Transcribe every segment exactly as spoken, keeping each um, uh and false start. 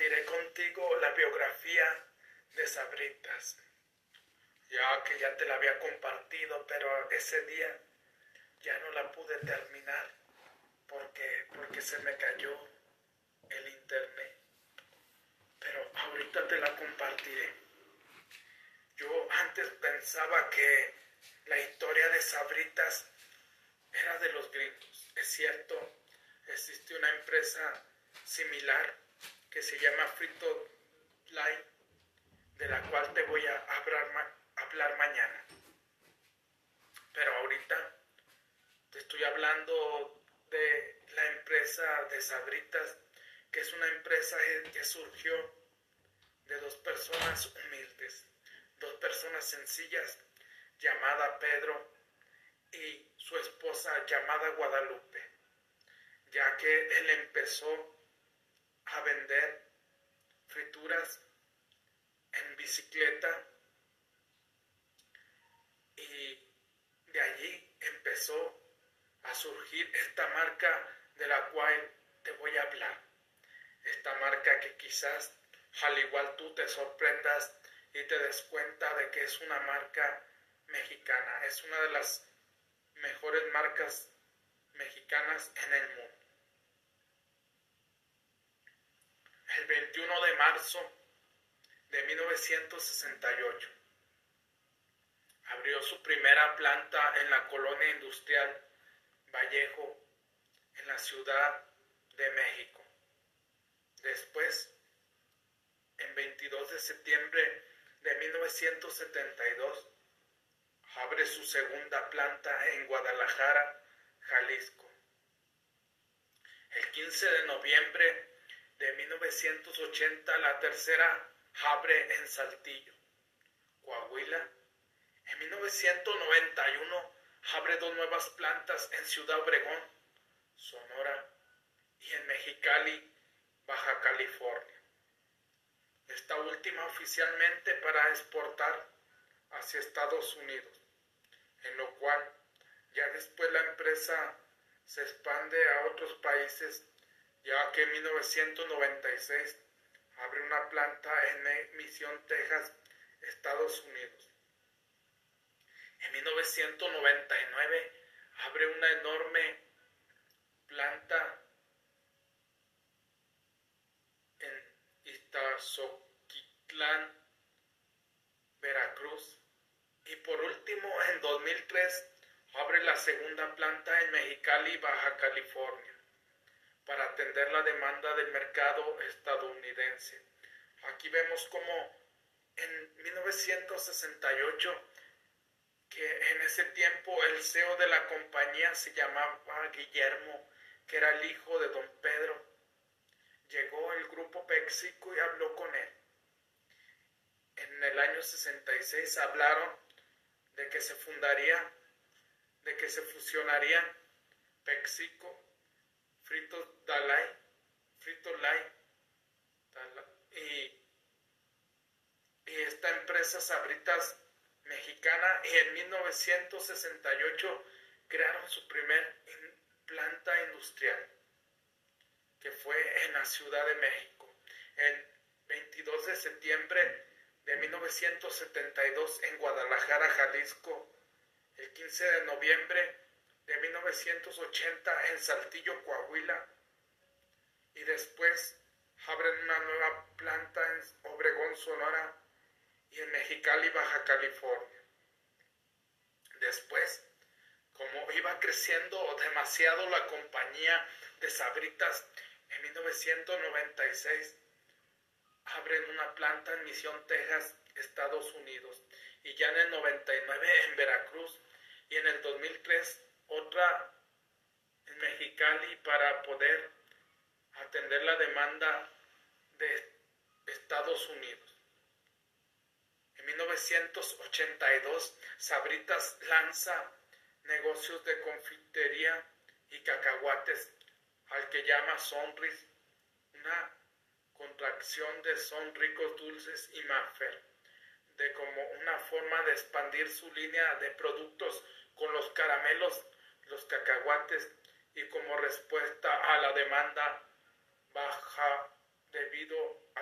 compartiré contigo la biografía de Sabritas, ya que ya te la había compartido, pero ese día ya no la pude terminar porque, porque se me cayó el internet, pero ahorita te la compartiré. Yo antes pensaba que la historia de Sabritas era de los gringos. Es cierto, existe una empresa similar que se llama Frito Lay, de la cual te voy a hablar, ma hablar mañana. Pero ahorita te estoy hablando de la empresa de Sabritas, que es una empresa que surgió de dos personas humildes, dos personas sencillas, llamada Pedro y su esposa llamada Guadalupe, ya que él empezó a vender frituras en bicicleta y de allí empezó a surgir esta marca de la cual te voy a hablar. Esta marca que quizás al igual tú te sorprendas y te des cuenta de que es una marca mexicana, es una de las mejores marcas mexicanas en el mundo. El veintiuno de marzo de mil novecientos sesenta y ocho abrió su primera planta en la colonia industrial Vallejo, en la Ciudad de México. Después, en veintidós de septiembre de mil novecientos setenta y dos, abre su segunda planta en Guadalajara, Jalisco. El quince de noviembre de mil novecientos ochenta, la tercera abre en Saltillo, Coahuila. En mil novecientos noventa y uno abre dos nuevas plantas en Ciudad Obregón, Sonora, y en Mexicali, Baja California. Esta última oficialmente para exportar hacia Estados Unidos, en lo cual ya después la empresa se expande a otros países, ya que en mil novecientos noventa y seis abre una planta en Mission, Texas, Estados Unidos. En mil novecientos noventa y nueve abre una enorme planta en Iztazoquitlán, Veracruz. Y por último, en dos mil tres abre la segunda planta en Mexicali, Baja California, para atender la demanda del mercado estadounidense. Aquí vemos como en mil novecientos sesenta y ocho, que en ese tiempo el C E O de la compañía se llamaba Guillermo, que era el hijo de don Pedro. Llegó el grupo PepsiCo y habló con él. En el año sesenta y seis hablaron de que se fundaría, de que se fusionarían PepsiCo, Frito Lay, Frito Lay, y, y esta empresa Sabritas mexicana, y en mil novecientos sesenta y ocho crearon su primer in, planta industrial, que fue en la Ciudad de México. El veintidós de septiembre de mil novecientos setenta y dos en Guadalajara, Jalisco. El quince de noviembre de mil novecientos ochenta en Saltillo, Coahuila. Y después abren una nueva planta en Obregón, Sonora, y en Mexicali, Baja California. Después, como iba creciendo demasiado la compañía de Sabritas, en mil novecientos noventa y seis abren una planta en Mission, Texas, Estados Unidos, y ya en el noventa y nueve en Veracruz, y en el dos mil tres otra en Mexicali para poder atender la demanda de Estados Unidos. En mil novecientos ochenta y dos, Sabritas lanza negocios de confitería y cacahuates, al que llama Sonris, una contracción de Son Ricos Dulces y Maffer, de como una forma de expandir su línea de productos con los caramelos, los cacahuates, y como respuesta a la demanda baja debido a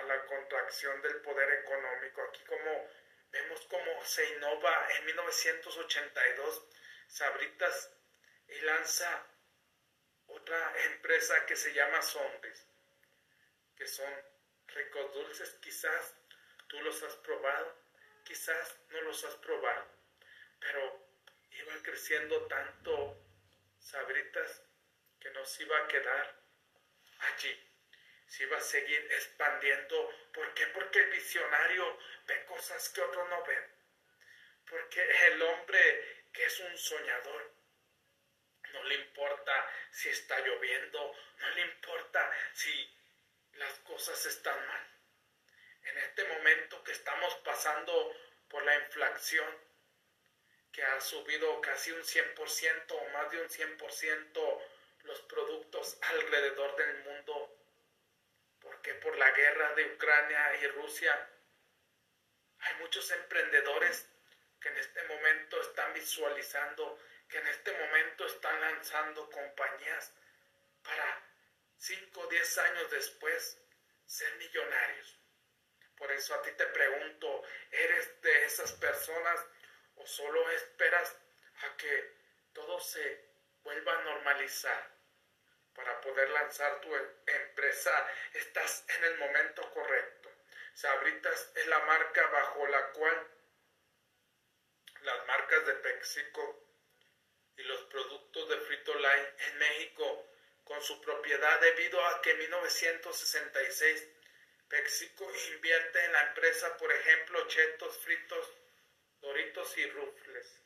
la contracción del poder económico. Aquí como vemos cómo se innova en mil novecientos ochenta y dos Sabritas y lanza otra empresa que se llama Sonris, que son ricos dulces. Quizás tú los has probado, quizás no los has probado, pero iba creciendo tanto Sabritas que no se iba a quedar allí, se iba a seguir expandiendo. ¿Por qué? Porque el visionario ve cosas que otros no ven, porque el hombre que es un soñador no le importa si está lloviendo, no le importa si las cosas están mal. En este momento que estamos pasando por la inflación, que ha subido casi un cien por ciento o más de un cien por ciento los productos alrededor del mundo, porque por la guerra de Ucrania y Rusia hay muchos emprendedores que en este momento están visualizando, que en este momento están lanzando compañías para cinco o diez años después ser millonarios. Por eso a ti te pregunto, ¿eres de esas personas o solo esperas a que todo se vuelva a normalizar para poder lanzar tu empresa? Estás en el momento correcto. Sabritas es la marca bajo la cual las marcas de PepsiCo y los productos de Frito-Lay en México con su propiedad, debido a que en mil novecientos sesenta y seis PepsiCo invierte en la empresa, por ejemplo, Chetos, Fritos, Doritos y Ruffles.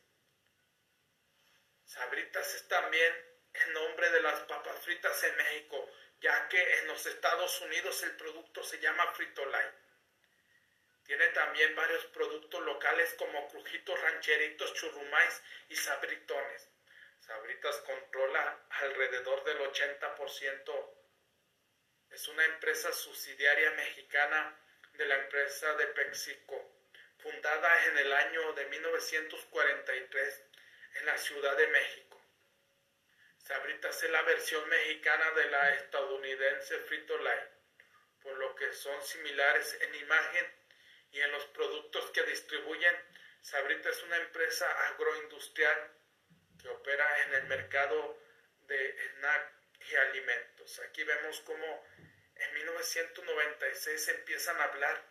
Sabritas es también el nombre de las papas fritas en México, ya que en los Estados Unidos el producto se llama Frito-Lay. Tiene también varios productos locales como Crujitos, Rancheritos, Churrumais y Sabritones. Sabritas controla alrededor del ochenta por ciento. Es una empresa subsidiaria mexicana de la empresa de PepsiCo, fundada en el año de mil novecientos cuarenta y tres en la Ciudad de México. Sabritas es la versión mexicana de la estadounidense Frito-Lay, por lo que son similares en imagen y en los productos que distribuyen. Sabritas es una empresa agroindustrial que opera en el mercado de snack y alimentos. Aquí vemos cómo en mil novecientos noventa y seis empiezan a hablar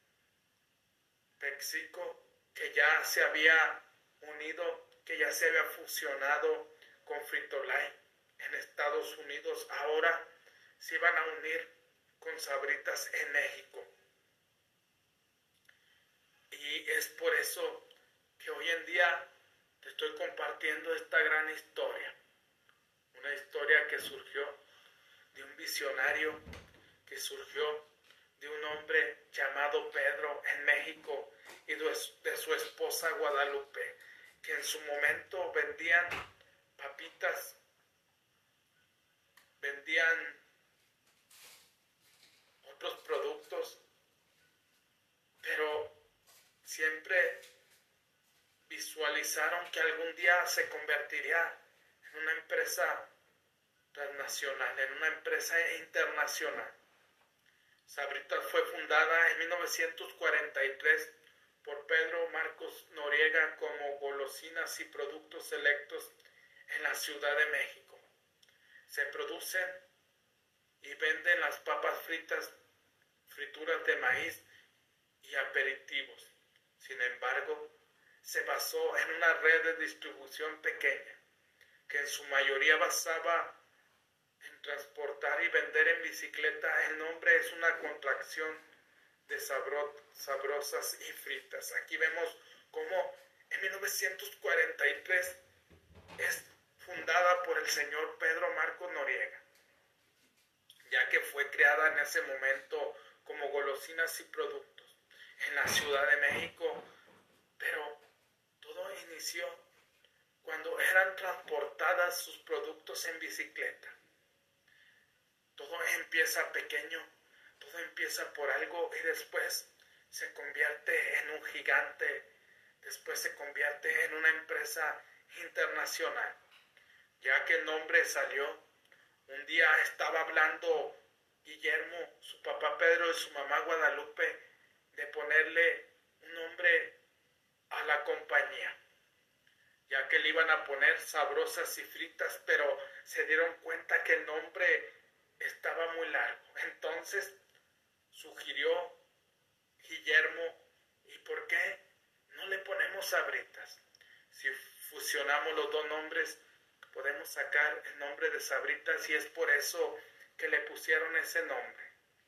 PepsiCo, que ya se había unido, que ya se había fusionado con Frito-Lay en Estados Unidos. Ahora se iban a unir con Sabritas en México. Y es por eso que hoy en día te estoy compartiendo esta gran historia. Una historia que surgió de un visionario, que surgió de un hombre llamado Pedro en México y de su esposa Guadalupe, que en su momento vendían papitas, vendían otros productos, pero siempre visualizaron que algún día se convertiría en una empresa transnacional, en una empresa internacional. Sabritas fue fundada en mil novecientos cuarenta y tres por Pedro Marcos Noriega como golosinas y productos selectos en la Ciudad de México. Se producen y venden las papas fritas, frituras de maíz y aperitivos. Sin embargo, se basó en una red de distribución pequeña, que en su mayoría basaba en transportar y vender en bicicleta. El nombre es una contracción de sabro, sabrosas y fritas. Aquí vemos cómo en mil novecientos cuarenta y tres es fundada por el señor Pedro Marcos Noriega, ya que fue creada en ese momento como golosinas y productos en la Ciudad de México, pero todo inició cuando eran transportadas sus productos en bicicleta. Todo empieza pequeño, todo empieza por algo y después se convierte en un gigante, después se convierte en una empresa internacional, ya que el nombre salió. Un día estaba hablando Guillermo, su papá Pedro y su mamá Guadalupe de ponerle un nombre a la compañía, ya que le iban a poner Sabrosas y Fritas, pero se dieron cuenta que el nombre estaba muy largo. Entonces sugirió Guillermo, ¿y por qué no le ponemos Sabritas? Si fusionamos los dos nombres, podemos sacar el nombre de Sabritas, y es por eso que le pusieron ese nombre.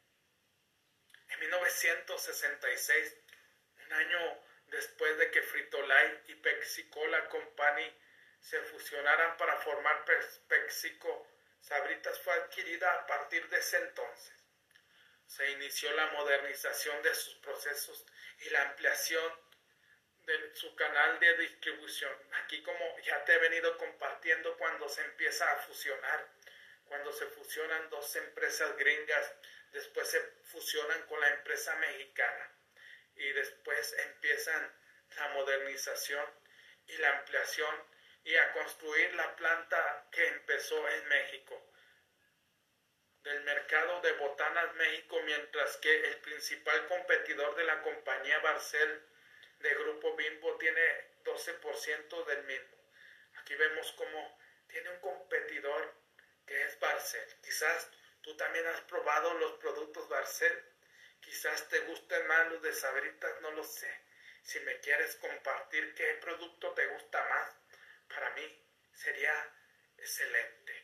En mil novecientos sesenta y seis, un año después de que Frito-Lay y Pepsi-Cola Company se fusionaran para formar PepsiCo, Sabritas fue adquirida a partir de ese entonces. Se inició la modernización de sus procesos y la ampliación de su canal de distribución. Aquí, como ya te he venido compartiendo, cuando se empieza a fusionar, cuando se fusionan dos empresas gringas, después se fusionan con la empresa mexicana y después empiezan la modernización y la ampliación y a construir la planta que empezó en México, del mercado de Botanas México, mientras que el principal competidor de la compañía Barcel de Grupo Bimbo tiene doce por ciento del mismo. Aquí vemos cómo tiene un competidor que es Barcel. Quizás tú también has probado los productos Barcel, quizás te gusten más los de Sabritas, no lo sé. Si me quieres compartir qué producto te gusta más, para mí sería excelente.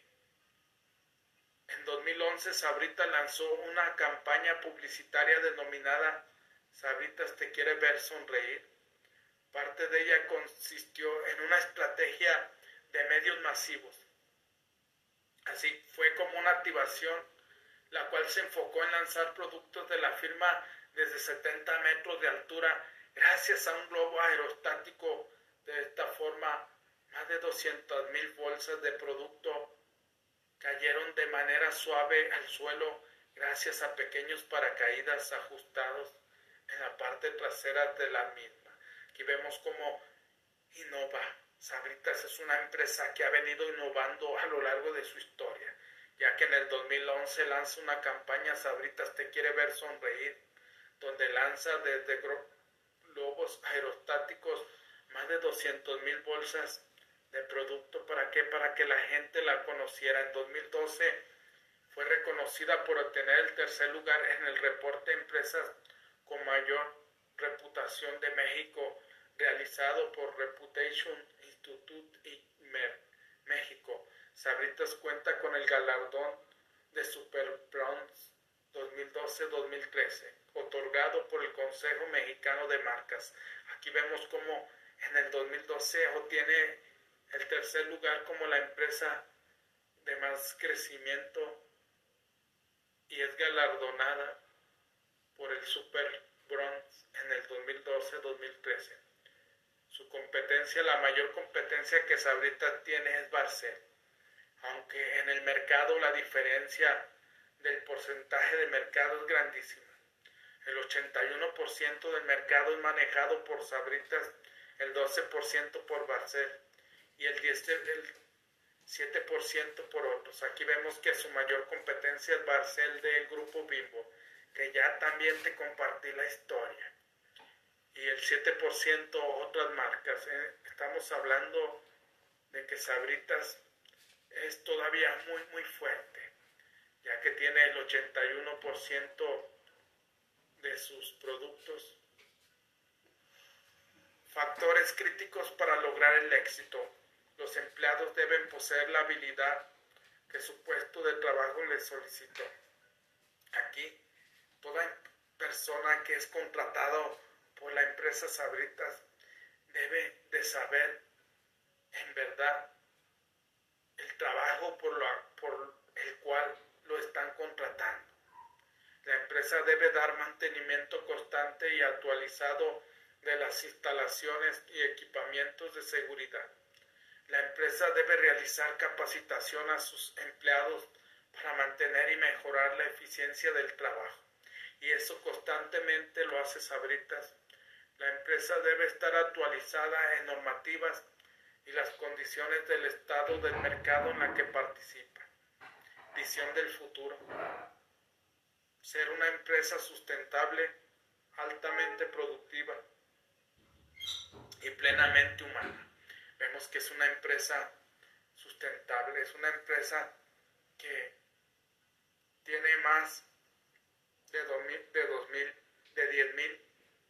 En dos mil once, Sabritas lanzó una campaña publicitaria denominada Sabritas te quiere ver sonreír. Parte de ella consistió en una estrategia de medios masivos. Así fue como una activación, la cual se enfocó en lanzar productos de la firma desde setenta metros de altura gracias a un globo aerostático. De esta forma, más de doscientas mil bolsas de producto cayeron de manera suave al suelo gracias a pequeños paracaídas ajustados en la parte trasera de la misma. Aquí vemos cómo innova. Sabritas es una empresa que ha venido innovando a lo largo de su historia, ya que en el dos mil once lanza una campaña Sabritas te quiere ver sonreír, donde lanza desde globos aerostáticos más de doscientas mil bolsas de producto. ¿Para qué? Para que la gente la conociera. En dos mil doce fue reconocida por obtener el tercer lugar en el reporte de empresas con mayor reputación de México, realizado por Reputation Institute y México. Sabritas cuenta con el galardón de Super Bronze dos mil doce dos mil trece, otorgado por el Consejo Mexicano de Marcas. Aquí vemos cómo en el dos mil doce obtiene el tercer lugar como la empresa de más crecimiento y es galardonada por el Super Bronze en el dos mil doce dos mil trece. Su competencia, la mayor competencia que Sabritas tiene es Barcel, aunque en el mercado la diferencia del porcentaje de mercado es grandísima. El ochenta y uno por ciento del mercado es manejado por Sabritas, el doce por ciento por Barcel y el, diez, el siete por ciento por otros. Aquí vemos que su mayor competencia es Barcel del Grupo Bimbo, que ya también te compartí la historia. Y el siete por ciento otras marcas. ¿eh? Estamos hablando de que Sabritas es todavía muy muy fuerte, ya que tiene el ochenta y uno por ciento de sus productos. Factores críticos para lograr el éxito. Los empleados deben poseer la habilidad que su puesto de trabajo les solicitó. Aquí, toda persona que es contratado por la empresa Sabritas debe de saber en verdad el trabajo por, lo, por el cual lo están contratando. La empresa debe dar mantenimiento constante y actualizado de las instalaciones y equipamientos de seguridad. La empresa debe realizar capacitación a sus empleados para mantener y mejorar la eficiencia del trabajo. Y eso constantemente lo hace Sabritas. La empresa debe estar actualizada en normativas y las condiciones del estado del mercado en la que participa. Visión del futuro. ser una empresa sustentable, altamente productiva y plenamente humana. Vemos que es una empresa sustentable, es una empresa que tiene más de dos mil, de dos mil, de diez mil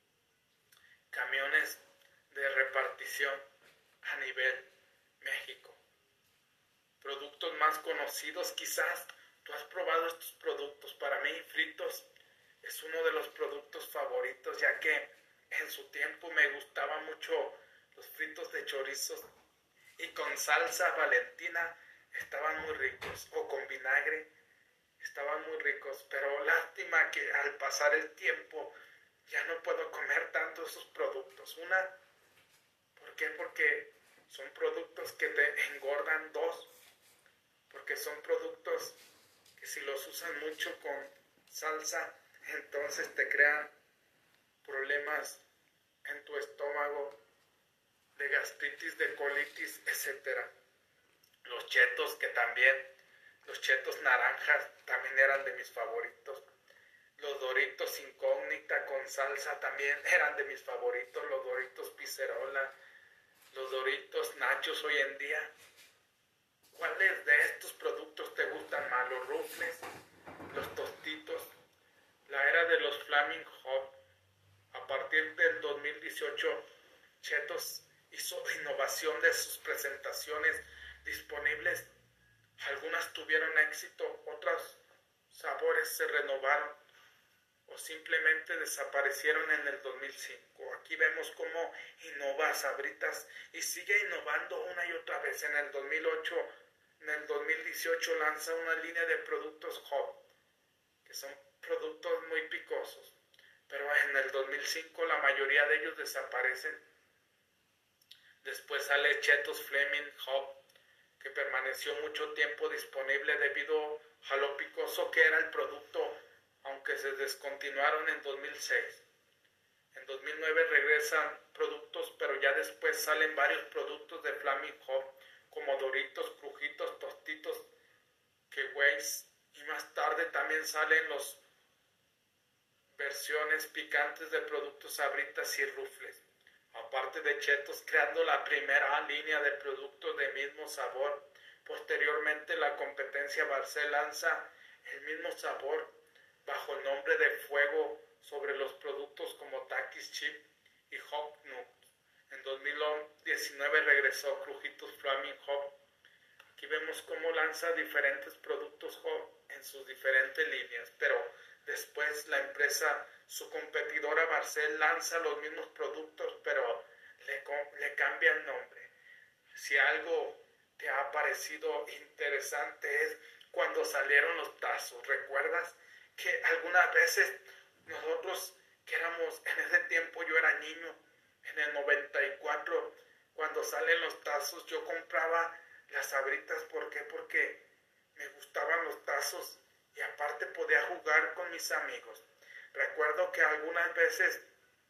camiones de repartición a nivel México. Productos más conocidos, quizás tú has probado estos productos. Para mí, Fritos es uno de los productos favoritos, ya que en su tiempo me gustaban mucho los fritos de chorizos y con salsa Valentina estaban muy ricos, o con vinagre estaban muy ricos, pero lástima que al pasar el tiempo ya no puedo comer tanto esos productos. Una, ¿por qué? Porque son productos que te engordan. Dos, porque son productos que si los usan mucho con salsa, entonces te crean problemas en tu estómago, de gastritis, de colitis, etcétera. Los chetos, que también, los chetos naranjas también eran de mis favoritos. Los Doritos Incógnita con salsa también eran de mis favoritos. Los Doritos Pizzerola, los Doritos Nachos hoy en día. ¿Cuáles de estos productos te gustan más? Los Ruffles, los Tostitos, la era de los Flaming Hot. A partir del dos mil dieciocho, Chetos hizo innovación de sus presentaciones disponibles. Algunas tuvieron éxito, otros sabores se renovaron o simplemente desaparecieron en el dos mil cinco. Aquí vemos cómo innova Sabritas y sigue innovando una y otra vez. En el dos mil ocho, en el dos mil dieciocho lanza una línea de productos hot, que son productos muy picosos, pero en el dos mil cinco la mayoría de ellos desaparecen. Después sale Chetos Flaming Hot, que permaneció mucho tiempo disponible debido a lo picoso que era el producto, aunque se descontinuaron en dos mil seis. En dos mil nueve regresan productos, pero ya después salen varios productos de Flaming Hot, como Doritos, Crujitos, Tostitos, K-Ways, y más tarde también salen las versiones picantes de productos Sabritas y Ruffles. Aparte de Chetos, creando la primera línea de productos de mismo sabor. Posteriormente la competencia Barcel lanza el mismo sabor bajo el nombre de Fuego sobre los productos como Takis Chip y Hot Nuts. En dos mil diecinueve regresó Crujitos Flaming Hot. Aquí vemos cómo lanza diferentes productos hot en sus diferentes líneas, pero después la empresa, su competidora Barcel, lanza los mismos productos, pero le, le cambia el nombre. Si algo te ha parecido interesante es cuando salieron los tazos. ¿Recuerdas que algunas veces nosotros, que éramos, en ese tiempo yo era niño, en el noventa y cuatro, cuando salen los tazos, yo compraba las Sabritas? ¿Por qué? Porque me gustaban los tazos y aparte podía jugar con mis amigos. Recuerdo que algunas veces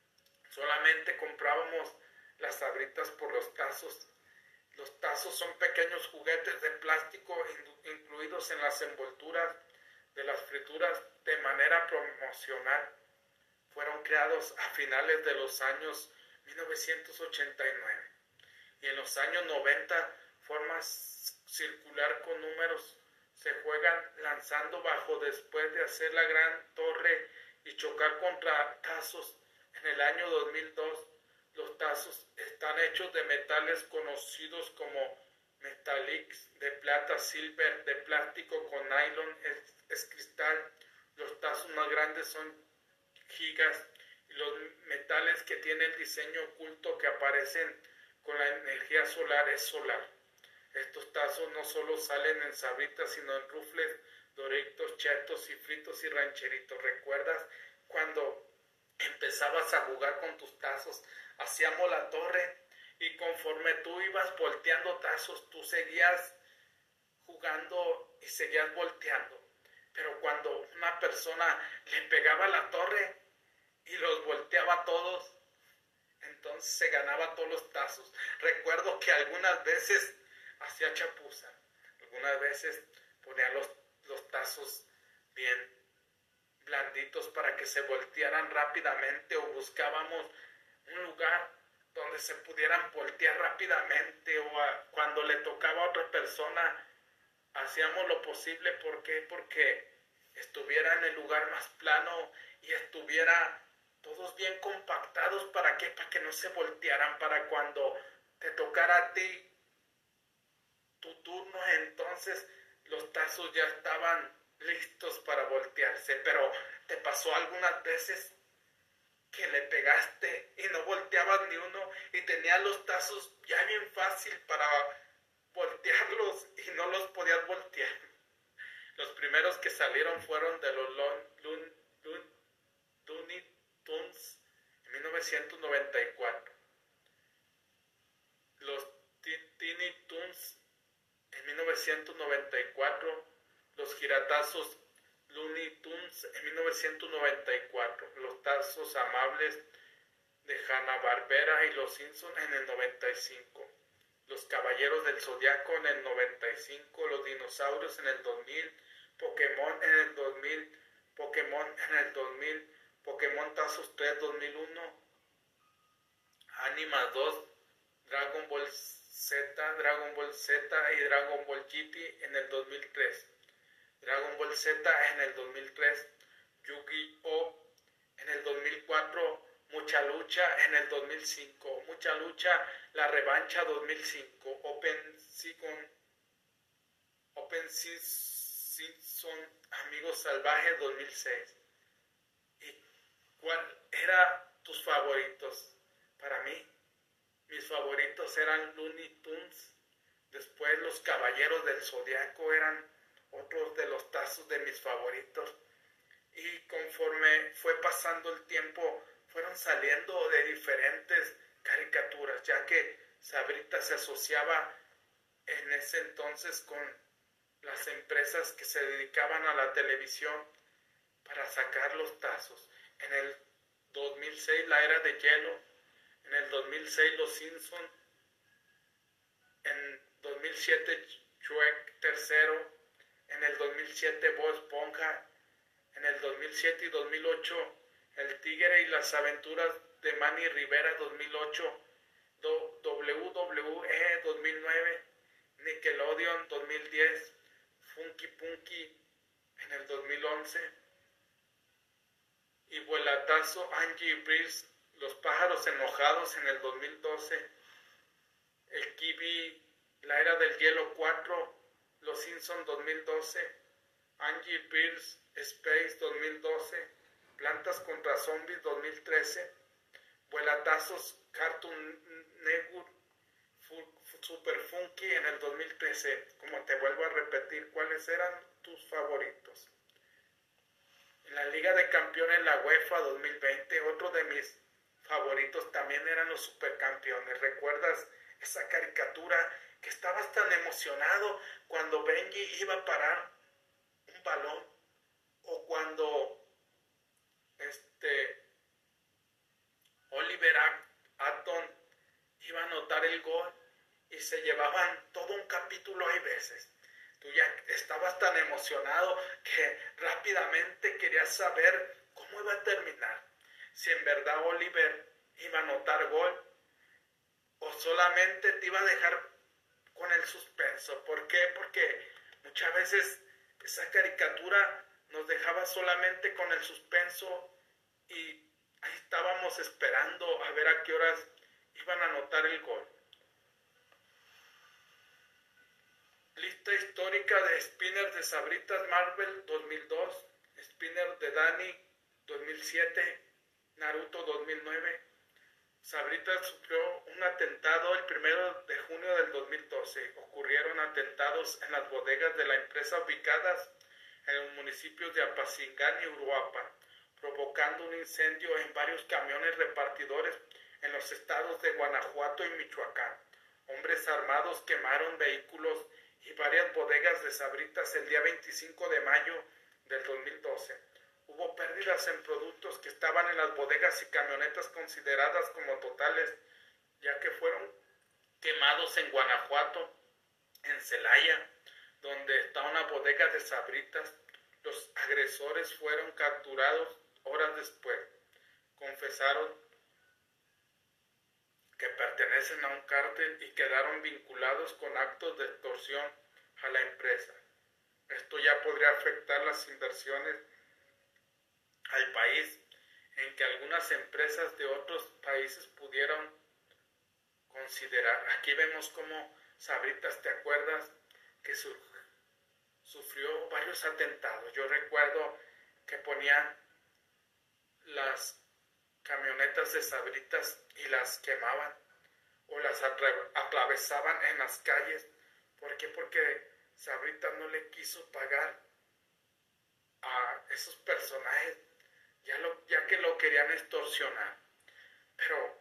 solamente comprábamos las Sabritas por los tazos. Los tazos son pequeños juguetes de plástico incluidos en las envolturas de las frituras de manera promocional. Fueron creados a finales de los años mil novecientos ochenta y nueve y en los años noventa formas circular con números se juegan lanzando bajo después de hacer la gran torre y chocar contra tazos. En el año dos mil dos los tazos están hechos de metales conocidos como Metallics, de plata, silver, de plástico con nylon, es, es cristal. Los tazos más grandes son gigas y los metales que tienen el diseño oculto que aparecen con la energía solar es solar. Estos tazos no solo salen en Sabritas, sino en Ruffles, Doritos, Chetos y Fritos y Rancheritos. ¿Recuerdas cuando empezabas a jugar con tus tazos? Hacíamos la torre y conforme tú ibas volteando tazos, tú seguías jugando y seguías volteando. Pero cuando una persona le pegaba la torre y los volteaba todos, entonces se ganaba todos los tazos. Recuerdo que algunas veces hacía chapuza, algunas veces ponía los, los tazos bien que se voltearan rápidamente o buscábamos un lugar donde se pudieran voltear rápidamente o a, cuando le tocaba a otra persona hacíamos lo posible. ¿Por qué? Porque estuviera en el lugar más plano y estuviera todos bien compactados. ¿Para qué? Para que no se voltearan, para cuando te tocara a ti tu turno, entonces los tazos ya estaban listos para voltearse. Pero te pasó algunas veces que le pegaste y no volteabas ni uno y tenías los tazos ya bien fácil para voltearlos y no los podías voltear. Los primeros que salieron fueron de los Looney Tunes en mil novecientos noventa y cuatro, los Tiny Toons en mil novecientos noventa y cuatro, los giratazos Looney Tunes en mil novecientos noventa y cuatro, los tazos amables de Hanna-Barbera y los Simpsons en el noventa y cinco, los Caballeros del Zodiaco en el noventa y cinco, los dinosaurios en el dos mil, Pokémon en el dos mil, Pokémon en el dos mil, Pokémon Tazos tres dos mil uno, Anima dos, Dragon Ball Z, Dragon Ball Z y Dragon Ball G T en el dos mil tres, Dragon Ball Z en el dos mil tres, Yu-Gi-Oh en el dos mil cuatro, Mucha Lucha en el dos mil cinco, Mucha Lucha, La Revancha dos mil cinco, Open Season, Open Season, Amigos Salvajes dos mil seis. ¿Y cuál era tus favoritos? Para mí, mis favoritos eran Looney Tunes. Después los Caballeros del Zodiaco eran otros de los tazos de mis favoritos. Y conforme fue pasando el tiempo, fueron saliendo de diferentes caricaturas, ya que Sabritas se asociaba en ese entonces con las empresas que se dedicaban a la televisión para sacar los tazos. En el dos mil seis la Era de Hielo, en el dos mil seis Los Simpsons, en dos mil siete Shrek tercero, en el dos mil siete Bob Esponja, en el dos mil siete y dos mil ocho El Tigre y las Aventuras de Manny Rivera dos mil ocho, W W E dos mil nueve, Nickelodeon dos mil diez, Funky Punky en el dos mil once y Vuelatazo Angie Breeze, Los Pájaros Enojados en el dos mil doce, El Kiwi, La Era del Hielo cuatro, Los Simpsons dos mil doce, Angie Breeze Space dos mil doce, Plantas contra Zombies dos mil trece, Vuelatazos Cartoon Network Super Funky en el dos mil trece. Como te vuelvo a repetir, ¿cuáles eran tus favoritos? En la Liga de Campeones, la UEFA dos mil veinte, otro de mis favoritos también eran los Supercampeones. ¿Recuerdas esa caricatura que estabas tan emocionado cuando Benji iba a parar un balón o cuando este Oliver Atom iba a anotar el gol y se llevaban todo un capítulo? Hay veces tú ya estabas tan emocionado que rápidamente querías saber cómo iba a terminar, si en verdad Oliver iba a anotar gol o solamente te iba a dejar con el suspenso. ¿Por qué? Porque muchas veces esa caricatura nos dejaba solamente con el suspenso y ahí estábamos esperando a ver a qué horas iban a anotar el gol. Lista histórica de Spinner de Sabritas Marvel dos mil dos, Spinner de Dani dos mil siete, Naruto dos mil nueve. Sabritas sufrió un atentado el primero de junio del dos mil doce. Ocurrieron atentados en las bodegas de la empresa ubicadas en los municipios de Apatzingán y Uruapan, provocando un incendio en varios camiones repartidores en los estados de Guanajuato y Michoacán. Hombres armados quemaron vehículos y varias bodegas de Sabritas el día veinticinco de mayo del dos mil doce. Hubo pérdidas en productos que estaban en las bodegas y camionetas consideradas como totales, ya que fueron quemados en Guanajuato, en Celaya, donde está una bodega de Sabritas. Los agresores fueron capturados horas después, confesaron que pertenecen a un cártel y quedaron vinculados con actos de extorsión a la empresa. Esto ya podría afectar las inversiones al país, en que algunas empresas de otros países pudieron considerar. Aquí vemos cómo Sabritas, ¿te acuerdas? Que su, sufrió varios atentados. Yo recuerdo que ponían las camionetas de Sabritas y las quemaban o las atravesaban en las calles. ¿Por qué? Porque Sabritas no le quiso pagar a esos personajes, ya, lo, ya que lo querían extorsionar. Pero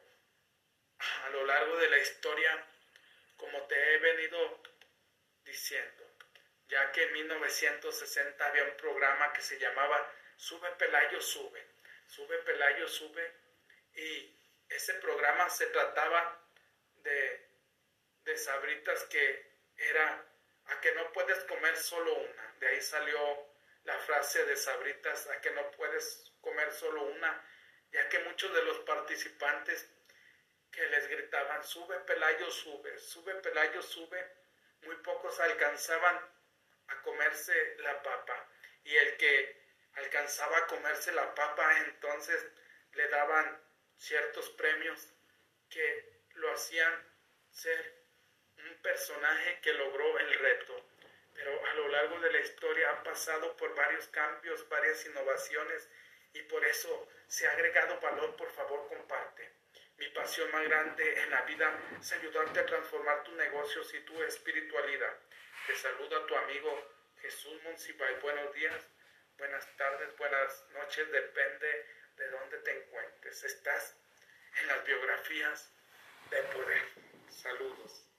a lo largo de la historia, como te he venido diciendo, ya que en mil novecientos sesenta había un programa que se llamaba Sube Pelayo Sube, Sube Pelayo Sube, y ese programa se trataba de, de Sabritas, que era a que no puedes comer solo una. De ahí salió la frase de Sabritas, a que no puedes comer solo una, ya que muchos de los participantes que les gritaban, sube Pelayo, sube, sube Pelayo, sube, muy pocos alcanzaban a comerse la papa, y el que alcanzaba a comerse la papa, entonces le daban ciertos premios que lo hacían ser un personaje que logró el reto. Pero a lo largo de la historia ha pasado por varios cambios, varias innovaciones, y por eso se ha agregado valor. Por favor, comparte. Mi pasión más grande en la vida es ayudarte a transformar tus negocios y tu espiritualidad. Te saluda tu amigo Jesús Monsiváis. Buenos días, buenas tardes, buenas noches, depende de dónde te encuentres. Estás en las biografías de poder. Saludos.